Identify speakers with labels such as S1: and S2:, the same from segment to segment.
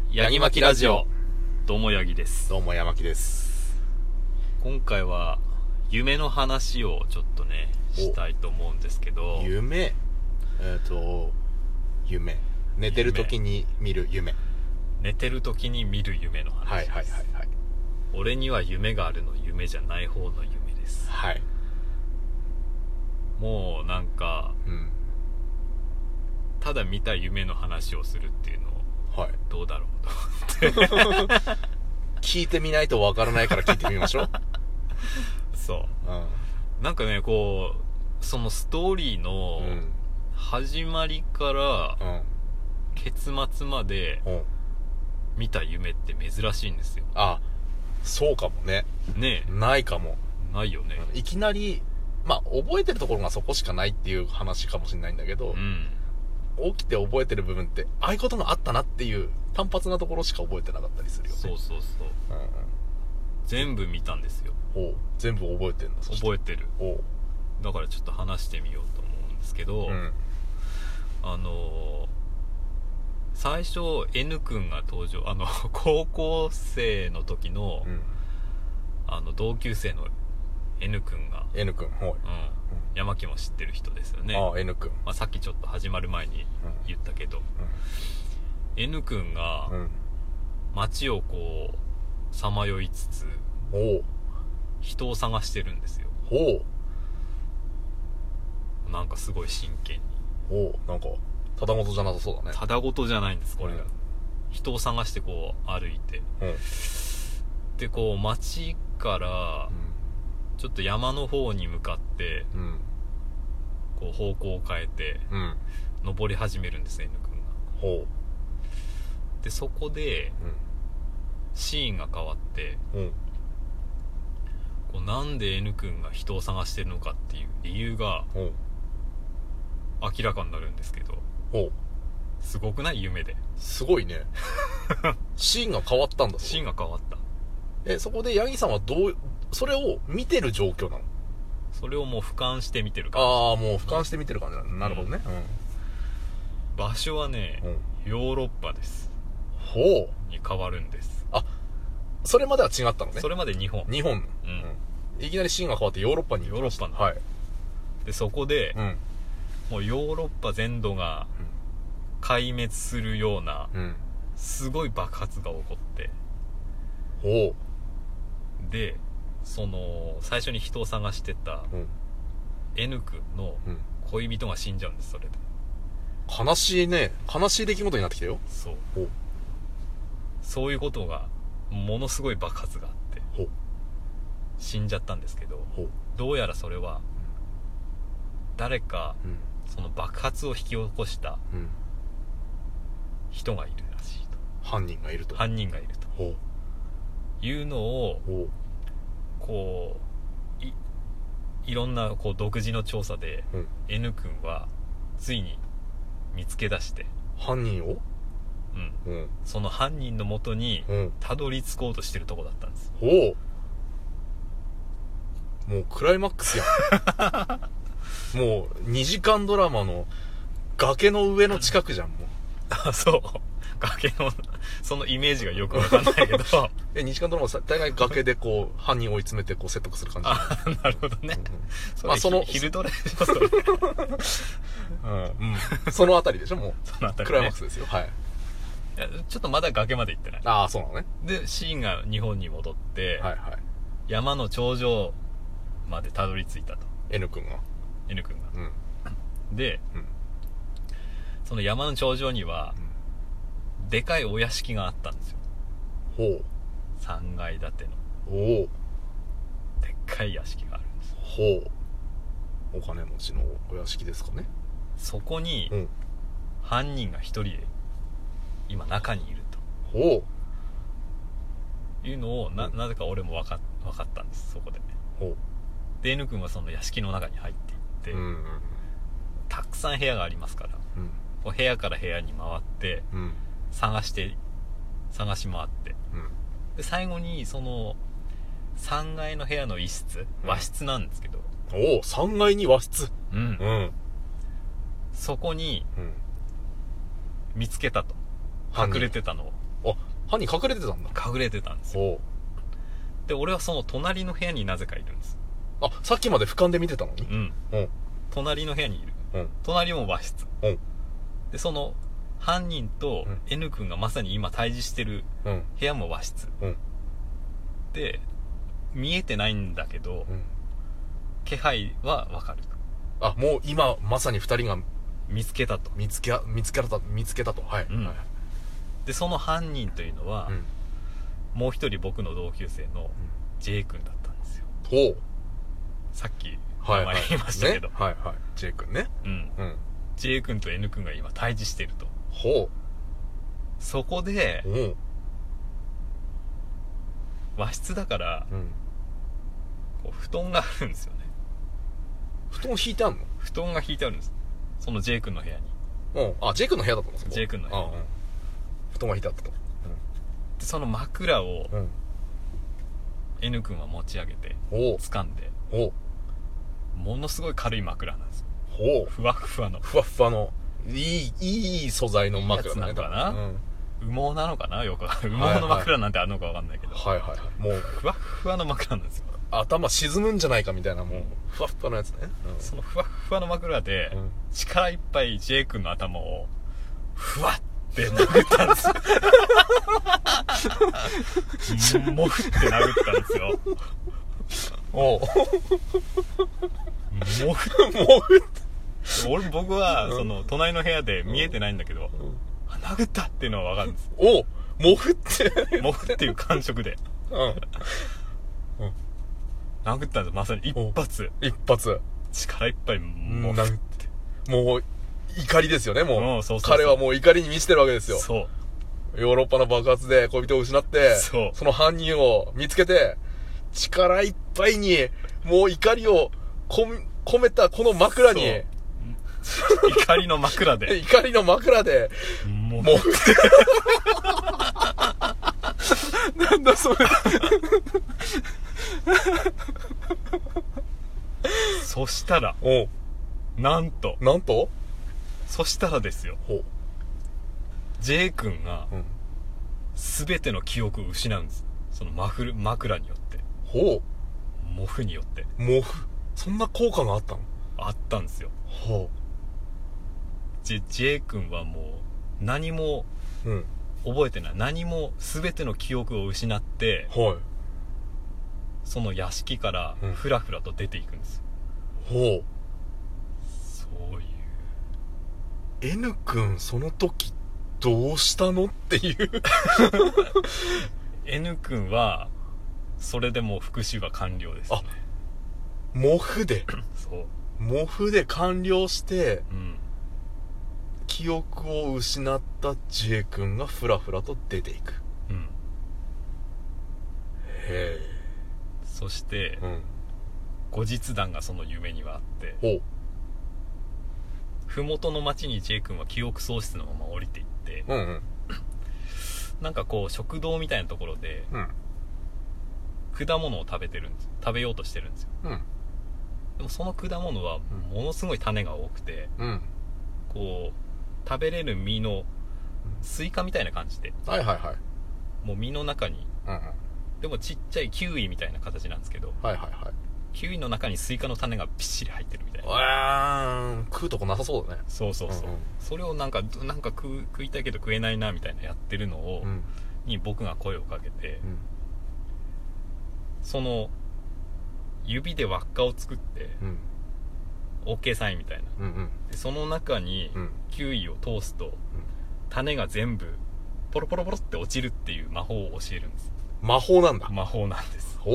S1: ヤギマキラジオ。どうもヤギです。
S2: どうも山木です。
S1: 今回は夢の話をちょっとねしたいと思うんですけど。
S2: 夢夢寝てる時に見る夢。
S1: 寝てる時に見る夢の話です。
S2: はいはいはいはい。
S1: 俺には夢があるの夢じゃない方の夢です。
S2: はい。
S1: もうなんか、ただ見た夢の話をするっていうのを、はい、どうだろうと思って
S2: 聞いてみないとわからないから聞いてみましょう。
S1: そう、なんかねこうそのストーリーの始まりから結末まで見た夢って珍しいんですよ。
S2: あ、そうかもね。
S1: ねえ、
S2: ないかも。
S1: ないよね。
S2: いきなり覚えてるところがそこしかないっていう話かもしれないんだけど、起きて覚えてる部分ってああいうことがあったなっていう単発なところしか覚えてなかったりするよね。
S1: そうそうそう、全部見たんですよ。
S2: 全部覚えてるんだ。
S1: 覚えてる。だからちょっと話してみようと思うんですけど、最初 N 君が登場、高校生の時の、同級生の N 君が、山木も知ってる人ですよね。
S2: N 君、
S1: さっきちょっと始まる前に言ったけど、N 君が街をこうさまよいつつ人を探してるんですよ。なんかすごい真剣に。
S2: なんかただごとじゃなさそうだね。
S1: ただごとじゃないんです、これが。人を探してこう歩いて、でこう街からちょっと山の方に向かって、こう方向を変えて、登り始めるんですね、N 君が。でそこで、シーンが変わって、こうなんで N 君が人を探してるのかっていう理由が明らかになるんですけど、すごくない？夢で。
S2: すごいね。シーンが変わったんだ。
S1: シーンが変わった。
S2: そこでヤギさんはそれを見てる状況なの？
S1: それをもう俯瞰して見てる感じ。
S2: もう俯瞰して見てる感じなるほどね。
S1: 場所はね、ヨーロッパです。に変わるんです。
S2: それまでは違ったのね。
S1: それまで日本。
S2: いきなりシーンが変わってヨーロッパに行きました。
S1: はい。でそこで、もうヨーロッパ全土が壊滅するような、すごい爆発が起こって、でその最初に人を探してた N 君の恋人が死んじゃうんです。それで
S2: 悲しいね。悲しい出来事になってきたよ。
S1: そういうことが、ものすごい爆発があって死んじゃったんですけど、どうやらそれは誰か、その爆発を引き起こした人がいるらしいと。
S2: 犯人がいると
S1: いうのをこういろんなこう独自の調査で、N 君はついに見つけ出して、
S2: 犯人を、
S1: その犯人のもとにたどり着こうとしてるとこだったんです。
S2: もうクライマックスやん。もう2時間ドラマの崖の上の近くじゃん。もう
S1: そう崖のそのイメージがよくわかんないけど
S2: 2時間ドラマ大概崖でこう犯人追い詰めてこう説得する感じ。
S1: なるほどね。その昼ドラでしょそれ。
S2: そのあたりでしょ。もう
S1: そのあたり、
S2: クライマックスですよ。はい。
S1: いやちょっとまだ崖まで行ってない。
S2: そうなのね。
S1: でシーンが日本に戻って、山の頂上までたどり着いたと。
S2: N 君が。
S1: で、その山の頂上には、でかいお屋敷があったんですよ。3階建てのでっかい屋敷があるんです。
S2: お金持ちのお屋敷ですかね。
S1: そこに、犯人が一人で今中にいるというのをなぜか俺も分かったんです。そこでで N 君はその屋敷の中に入っていって、たくさん部屋がありますから、こう部屋から部屋に回って、探し回って、で最後にその3階の部屋の一室、和室なんですけど、
S2: 3階に和室、
S1: そこに見つけたと。隠れてたのを
S2: あ、犯人隠れてたんだ。
S1: 隠れてたんですよ。で、俺はその隣の部屋になぜかいるんです。
S2: あ、さっきまで俯瞰で見てたのに。
S1: うん。隣の部屋にいる。隣も和室。で、その犯人と N 君がまさに今対峙してる部屋も和室。で、見えてないんだけど、気配はわかると。
S2: あ、もう今まさに二人が
S1: 見つけたと。
S2: 見つけたと。はい。
S1: で、その犯人というのは、もう一人僕の同級生の J 君だったんですよ。
S2: ほう。
S1: さっき名前言いましたけど。
S2: はいはい。J 君ね。
S1: J 君と N 君が今対峙してると。
S2: ほう。
S1: そこで、和室だから、こう布団があるんですよね。
S2: 布団引いてあんの？
S1: 布団が引いてあるんです。その J 君の部屋に。
S2: あ、J 君の部屋だったの？そこ
S1: J 君の部屋に。
S2: 布団が引いてあったと。
S1: で、その枕を、N 君は持ち上げて、掴んで、ものすごい軽い枕なんですよ。ふわふわの。
S2: ふわふわの、いい素材の枕
S1: なのかな、羽毛なのかなよく羽毛の枕なんてあるのかわかんないけど。もう、ふわふわの枕なんですよ。
S2: 頭沈むんじゃないかみたいな、もう、ふわふわのやつね。
S1: そのふわふわの枕で、力いっぱい J 君の頭を、ふわって殴ったんですよ。もふって殴ったんですよ。もふって僕はその隣の部屋で見えてないんだけど、殴ったっていうのは分かるんです。
S2: もふって
S1: もふっていう感触で殴ったんです。まさに一発力いっぱいもふって、
S2: もう怒りですよね。もう彼はもう怒りに満ちてるわけですよ。ヨーロッパの爆発で恋人を失って、その犯人を見つけて、力いっぱいにもう怒りを込めたこの枕に、
S1: 怒りの枕で
S2: もうなんだそれ。
S1: そしたらなんとそしたらですよ、J 君が全ての記憶を失うんです。その枕によって、モフによって。
S2: そんな効果があったの？
S1: あったんですよ。J 君はもう何も覚えてない。何も全ての記憶を失って、その屋敷からふらふらと出ていくんです。そういう
S2: N 君その時どうしたのっていう。
S1: N 君はそれでもう復讐は完了ですね。
S2: モフで
S1: そう
S2: モフで完了して、記憶を失った J 君がふらふらと出ていく。
S1: そして、後日談がその夢にはあって、麓の町に J 君は記憶喪失のまま降りていって、なんかこう食堂みたいなところで、果物を食べようとしてるんですよ。でもその果物はものすごい種が多くて、こう食べれる実のスイカみたいな感じで、もう実の中に、でもちっちゃいキウイみたいな形なんですけど、キウイの中にスイカの種がびっしり入ってるみたいな。
S2: 食うとこなさそうだね。
S1: それをなんか食いたいけど食えないなみたいなやってるのを、に僕が声をかけて、その指で輪っかを作って、OK サインみたいな、でその中にキウイを通すと、種が全部ポロポロポロって落ちるっていう魔法を教えるんです。
S2: 魔法なんだ。
S1: 魔法なんです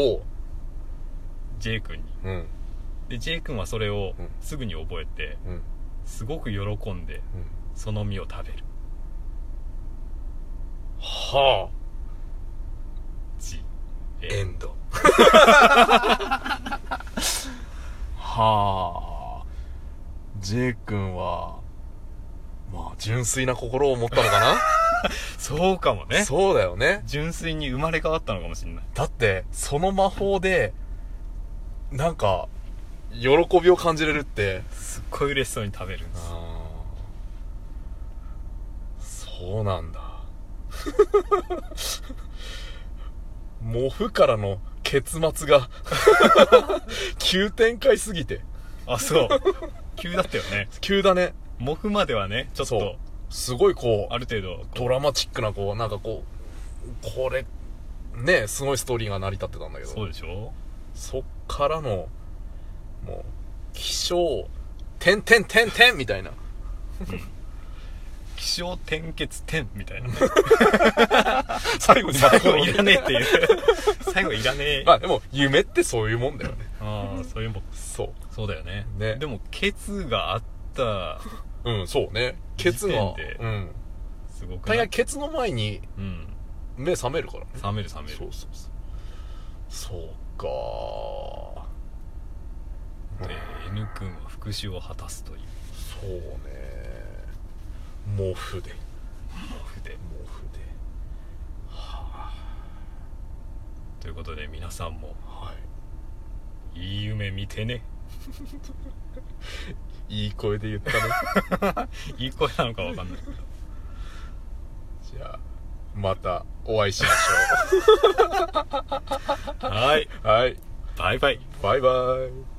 S1: 。J 君に、で J 君はそれをすぐに覚えて、すごく喜んで、その実を食べる。
S2: エンド。J 君はまあ純粋な心を持ったのかな。
S1: そうかもね。
S2: そうだよね。
S1: 純粋に生まれ変わったのかもしれない。
S2: だってその魔法でなんか喜びを感じれるって、
S1: すっごい嬉しそうに食べるんです。
S2: そうなんだ。 モフからの結末が急展開すぎて。
S1: あ、そう急だったよね。
S2: 急だね。
S1: モフまではねちょっと
S2: すごいこう
S1: ある程度
S2: ドラマチックなこうなんかこうこれねすごいストーリーが成り立ってたんだけど、
S1: そうでしょ。
S2: そっからのもう起承点みたいな、
S1: 起承転結点みたいな、ね、
S2: 最後にまた
S1: 最後いらねえっていう最後いらねえ。
S2: まあでも夢ってそういうもんだよね。
S1: ああそういうもん。そうだよね。でもケツがあった
S2: そうね。ケツが
S1: すごく
S2: 大概ケツの前に目覚めるからね。
S1: 覚める。
S2: そうか。
S1: で N 君は復讐を果たすという。
S2: そうね。毛布ではあ。
S1: ということで皆さんもいい夢見てね。
S2: いい声で言ったね。
S1: いい声なのか分かんないけど。
S2: じゃあまたお会いしましょう。
S1: はいバイバイ。
S2: バイバイ。